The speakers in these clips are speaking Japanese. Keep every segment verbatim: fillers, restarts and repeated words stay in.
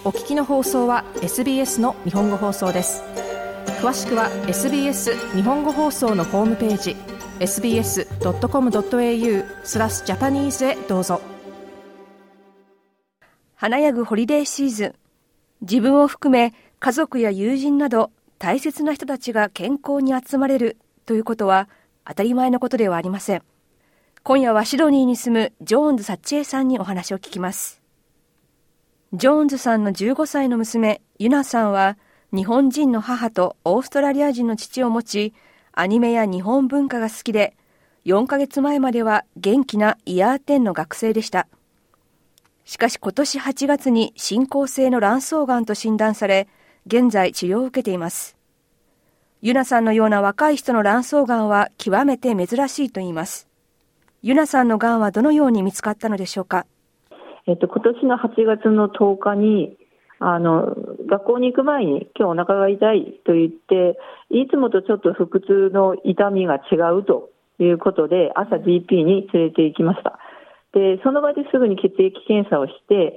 お聞きの放送は エスビーエス の日本語放送です。詳しくは エスビーエス 日本語放送のホームページ エスビーエスドットコムドットエーユー スラスジャパニーズへどうぞ。 華やぐホリデーシーズン、自分を含め家族や友人など大切な人たちが健康に集まれるということは当たり前のことではありません。今夜はシドニーに住むジョーンズ・サッチエさんにお話を聞きます。ジョーンズさんのじゅうごさいの娘ユナさんは日本人の母とオーストラリア人の父を持ち、アニメや日本文化が好きで、よんかげつまえまでは元気なイヤーテンの学生でした。しかし今年はちがつに進行性の卵巣がんと診断され、現在治療を受けています。ユナさんのような若い人の卵巣がんは極めて珍しいと言います。ユナさんのがんはどのように見つかったのでしょうか。 えっと、今年のはちがつのとおかにあの学校に行く前に今日お腹が痛いと言って、いつもとちょっと腹痛の痛みが違うということで朝 ジーピー に連れて行きました。でその場ですぐに血液検査をして、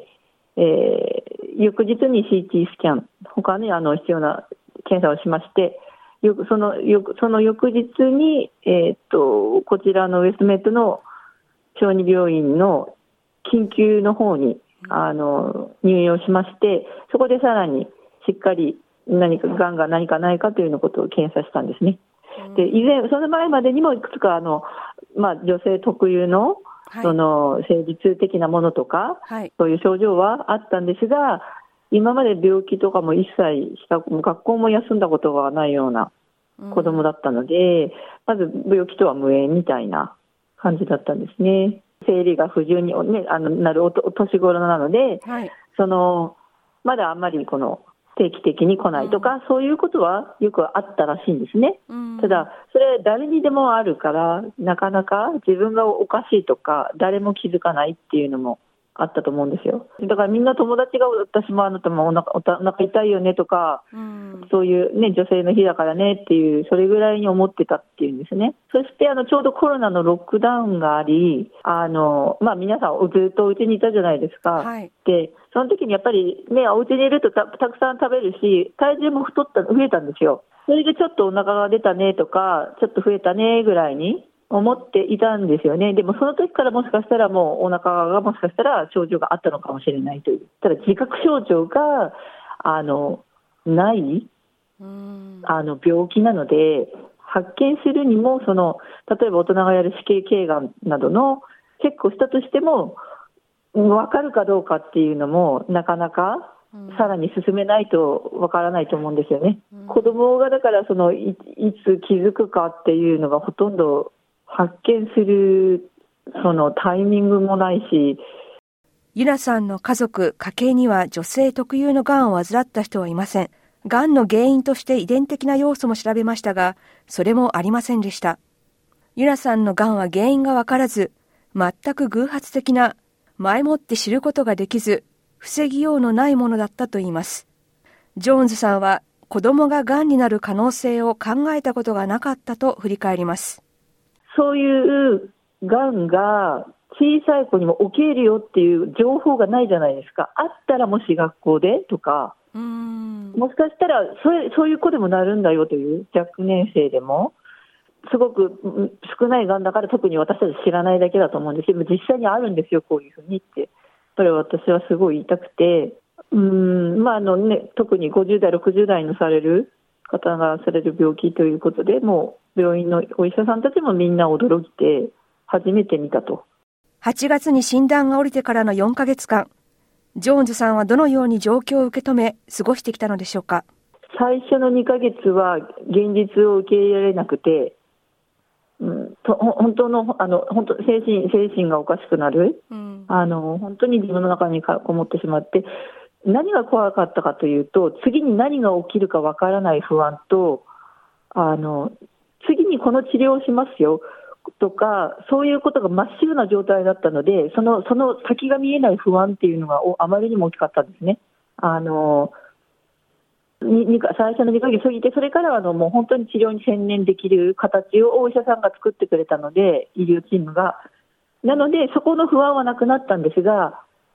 えー、翌日に シーティー スキャン他にあの必要な検査をしまして、よくそのよその翌日に、えー、っとこちらのウェストメットの小児病院の緊急の方にあの入院をしまして、そこでさらにしっかり何かがんが何かないかというようなことを検査したんですね。で以前その前までにもいくつかあの、まあ、女性特有のその生理痛的なものとか、はい、そういう症状はあったんですが、今まで病気とかも一切した学校も休んだことがないような子供だったので、うん、まず病気とは無縁みたいな感じだったんですね。生理が不順に、ね、あのなるおとお年頃なので、はい、そのまだあんまりこの定期的に来ないとか、うん、そういうことはよくあったらしいんですね、うん、ただそれ誰にでもあるからなかなか自分がおかしいとか誰も気づかないっていうのもあったと思うんですよ。だからみんな友達が私もあなたもお腹、お腹痛いよねとか、うん、そういう、ね、女性の日だからねっていうそれぐらいに思ってたっていうんですね。そしてあのちょうどコロナのロックダウンがあり、あの、まあ、皆さんずっとお家にいたじゃないですか、はい、でその時にやっぱり、ね、お家にいると た, たくさん食べるし体重も太った増えたんですよ。それでちょっとお腹が出たねとかちょっと増えたねぐらいに思っていたんですよね。でもその時からもしかしたらもうお腹がもしかしたら症状があったのかもしれないという。ただ自覚症状があのないあの病気なので発見するにもその例えば大人がやる子宮頸がんなどのチェックをしたとしても分かるかどうかっていうのもなかなかさらに進めないとわからないと思うんですよね、うん、子供がだからその い, いつ気づくかっていうのがほとんど発見するそのタイミングもないし。 ユナさんの家族、家系には女性特有のがんを患った人はいません。がんの原因として遺伝的な要素も調べましたが、それもありませんでした。ユナさんのがんは原因がわからず、全く偶発的な、前もって知ることができず、防ぎようのないものだったといいます。ジョーンズさんは子供ががんになる可能性を考えたことがなかったと振り返ります。 そういうがんが小さい子にも起きるよっていう情報がないじゃないですか。あったらもし学校でとか、うーんもしかしたらそれそういう子でもなるんだよという若年生でもすごく少ないがんだから特に私たち知らないだけだと思うんですけど、実際にあるんですよこういうふうにって。それは私はすごい言いたくて、うーん、まああのね、特にごじゅう代ろくじゅう代のされる方がされる病気ということで、もう病院のお医者さんたちもみんな驚いて初めて見たと。 はちがつに診断が下りてからのよんかげつかん、ジョーンズさんはどのように状況を受け止め過ごしてきたのでしょうか。 最初のにかげつは現実を受け入れられなくて、うん、と本当のあの本当精神精神がおかしくなる、うん、あの本当に自分の中にこもってしまって、何が怖かったかというと、次に何が起きるかわからない不安と、あの次にこの治療をしますよとか、そういうことが真っ白な状態だったので、そのその先が見えない不安っていうのがあまりにも大きかったんですね。あのにに最初のにかげつ過ぎて、それからはあのもう本当に治療に専念できる形をお医者さんが作ってくれたので、医療チームが。なのでそこの不安はなくなったんですが、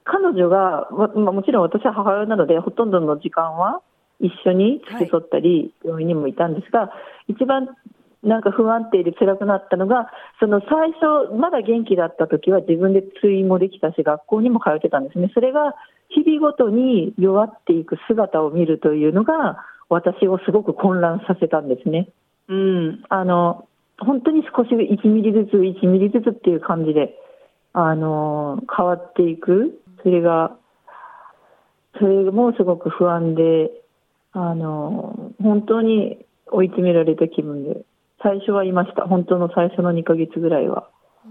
彼女が、ままあ、もちろん私は母親なのでほとんどの時間は一緒に付き添ったり、はい、病院にもいたんですが、一番なんか不安定で辛くなったのが、その最初まだ元気だった時は自分で通院もできたし学校にも通ってたんですね。それが日々ごとに弱っていく姿を見るというのが私をすごく混乱させたんですね。うん、あの本当に少しいちミリずついちミリずつっていう感じであの変わっていく。それがそれもすごく不安で、あの本当に追い詰められた気分で最初はいました。本当の最初のにかげつぐらいは、うん、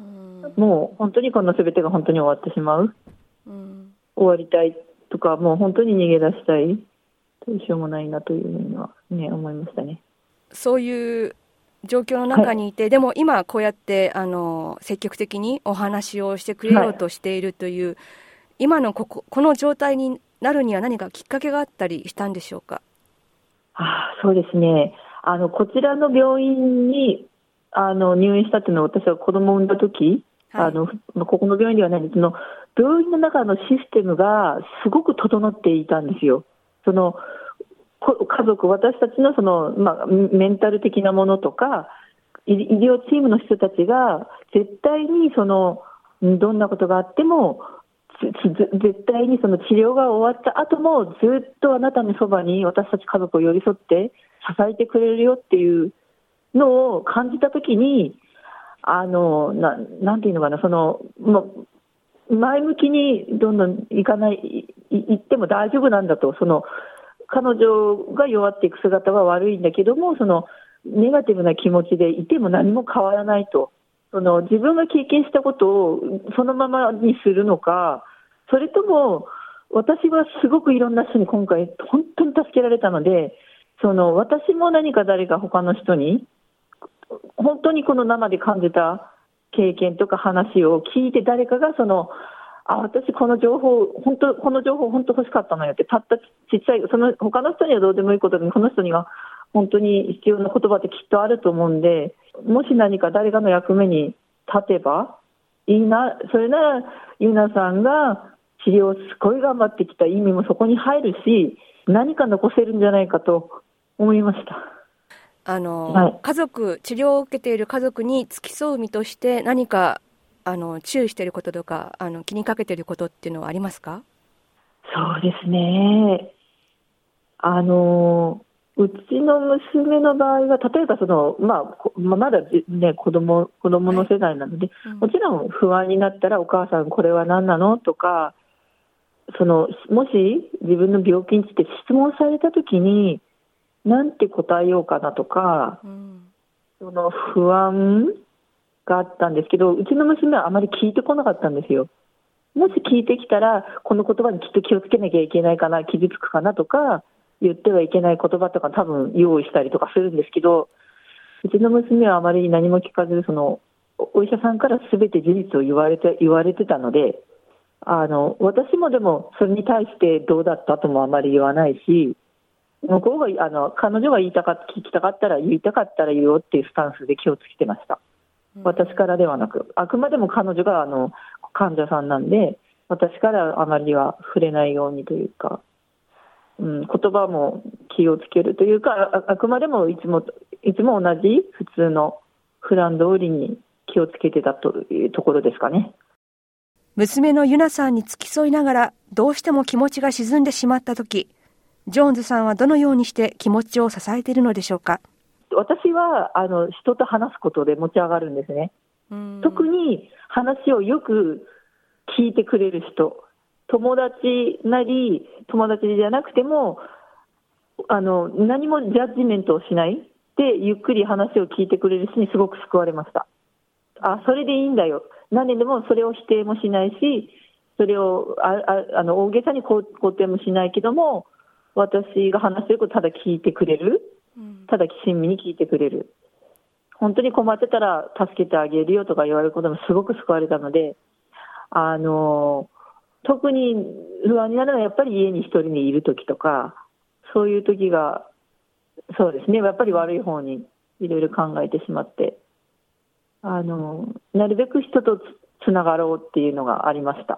もう本当にこの全てが本当に終わってしまう、うん、終わりたいとか、もう本当に逃げ出したい、どうしようもないなというふうには、ね、思いましたね。 そういう状況の中にいて、はい、でも今こうやってあの積極的にお話をしてくれようとしているという、はい、今のここ、この状態になるには何かきっかけがあったりしたんでしょうか。 あ、そうですね、あのこちらの病院にあの入院したっていうのは、私は子供を産んだ時、はい、あのここの病院ではないんですけど、病院の中のシステムがすごく整っていたんですよ。その家族、私たちの、 その、まあ、メンタル的なものとか医療チームの人たちが絶対にそのどんなことがあっても絶対にその治療が終わった後もずっとあなたのそばに私たち家族を寄り添って支えてくれるよっていうのを感じたときに、あの な, なんていうのかな、そのもう前向きにどんどんいかない行っても大丈夫なんだと、その彼女が弱っていく姿は悪いんだけども、そのネガティブな気持ちでいても何も変わらないと、その自分が経験したことをそのままにするのか、それとも私はすごくいろんな人に今回本当に助けられたので、その私も何か誰か他の人に本当にこの生で感じた経験とか話を聞いて、誰かがそのあ私この情報本当この情報本当欲しかったのよって、たったちっちゃい、その他の人にはどうでもいいことでこの人には本当に必要な言葉ってきっとあると思うんで、もし何か誰かの役目に立てばいいな。それならゆなさんが治療をすごい頑張ってきた意味もそこに入るし、何か残せるんじゃないかと思いました。 あの、はい、家族、治療を受けている家族に付き添う身として何かあの注意していることとか、あの気にかけていることっていうのはありますか？ そうですね、あのうちの娘の場合は例えばその、まあ、まだ、ね、子供、子供の世代なので、はい、うん、もちろん不安になったらお母さんこれは何なのとか、そのもし自分の病気について質問されたときになんて答えようかなとか、うん、その不安があったんですけど、うちの娘はあまり聞いてこなかったんですよ。もし聞いてきたらこの言葉にきっと気をつけなきゃいけないかな、傷つくかなとか、言ってはいけない言葉とか多分用意したりとかするんですけど、うちの娘はあまり何も聞かず、そのお医者さんから全て事実を言われて言われてたので、あの私もでもそれに対してどうだったともあまり言わないし、向こうがあの彼女が言いたか聞きたかったら言いたかったら言おうっていうスタンスで気をつけてました。私からではなく、あくまでも彼女があの患者さんなんで、私からあまりは触れないようにというか、うん、言葉も気をつけるというか、 あ, あくまでもいつもいつも同じ普通の普段通りに気をつけてたというところですかね。 娘のゆなさんに付き添いながらどうしても気持ちが沈んでしまったとき、ジョーンズさんはどのようにして気持ちを支えているのでしょうか？ 私はあの人と話すことで持ち上がるんですね。特に話をよく聞いてくれる人、友達なり友達じゃなくてもあの何もジャッジメントをしないでゆっくり話を聞いてくれる人にすごく救われました。あ、それでいいんだよ、何でもそれを否定もしないし、それをあああの大げさに肯定もしないけども、私が話していることをただ聞いてくれる、ただ親身に聞いてくれる、本当に困ってたら助けてあげるよとか言われることもすごく救われたので、あの特に不安になるのはやっぱり家に一人にいるときとか、そういうときがそうですね、やっぱり悪い方にいろいろ考えてしまって、あのなるべく人とつながろうっていうのがありました。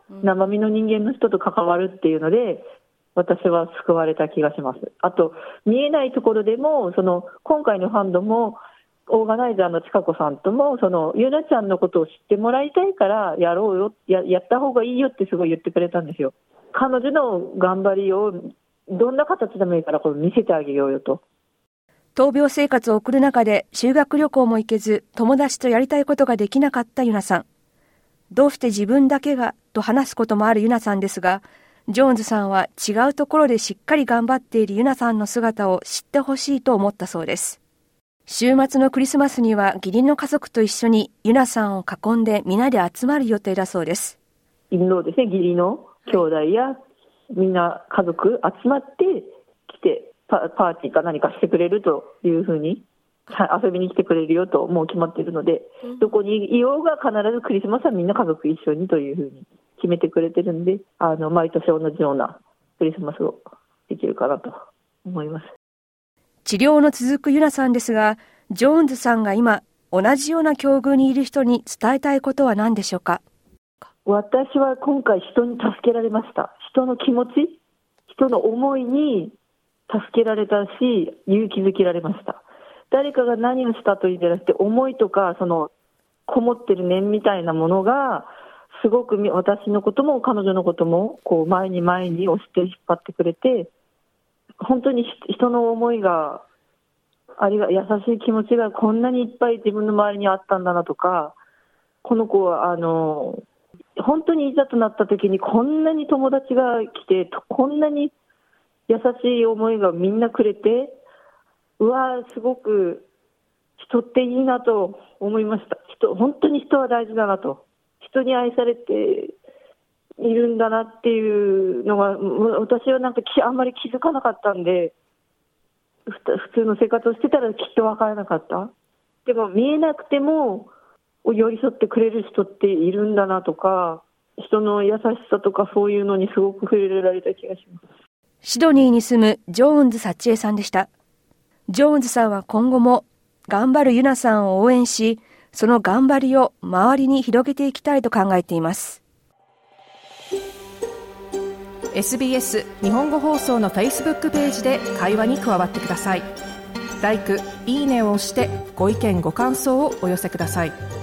生身の人間の人と関わるっていうので、私は救われた気がします。あと、見えないところでも、その今回のファンドも、オーガナイザーのちかこさんとも、そのゆなちゃんのことを知ってもらいたいからやろうよ、や、やった方がいいよってすごい言ってくれたんですよ。彼女の頑張りをどんな形でもいいからこれ見せてあげようよと。 闘病生活を送る中で修学旅行も行けず、友達とやりたいことができなかったゆなさん。どうして自分だけがと話すこともあるゆなさんですが、ジョーンズさんは違うところでしっかり頑張っているゆなさんの姿を知ってほしいと思ったそうです。週末のクリスマスには義理の家族と一緒にゆなさんを囲んで皆で集まる予定だそうです。 インドですね、義理の兄弟やみんな家族集まって来て パ, パーティーか何かしてくれるというふうに、遊びに来てくれるよともう決まっているので、うん、どこにいようが必ずクリスマスはみんな家族一緒にというふうに決めてくれてるんで、あの毎年同じようなクリスマスをできるかなと思います。 治療の続くゆなさんですが、ジョーンズさんが今同じような境遇にいる人に伝えたいことは何でしょうか。 私は今回人に助けられました。人の気持ち、人の思いに助けられたし、勇気づけられました。誰かが何をしたというんじゃなくて、思いとかそのこもってる念みたいなものがすごく私のことも彼女のこともこう前に前に押して引っ張ってくれて、本当に人の思いがありが優しい気持ちがこんなにいっぱい自分の周りにあったんだなとか、この子はあの本当にいざとなった時にこんなに友達が来て、こんなに優しい思いがみんなくれて、うわーすごく人っていいなと思いました。人本当に人は大事だなと、人に愛されているんだなっていうのが私はなんかあんまり気づかなかったんで、普通の生活をしてたらきっと分からなかった。でも見えなくても寄り添ってくれる人っているんだなとか、人の優しさとかそういうのにすごく触れられた気がします。 シドニーに住むジョーンズ幸恵さんでした。ジョーンズさんは今後も頑張るユナさんを応援し、その頑張りを周りに広げていきたいと考えています。 エスビーエス 日本語放送の Facebook ページで会話に加わってください。ライク、いいねを押してご意見ご感想をお寄せください。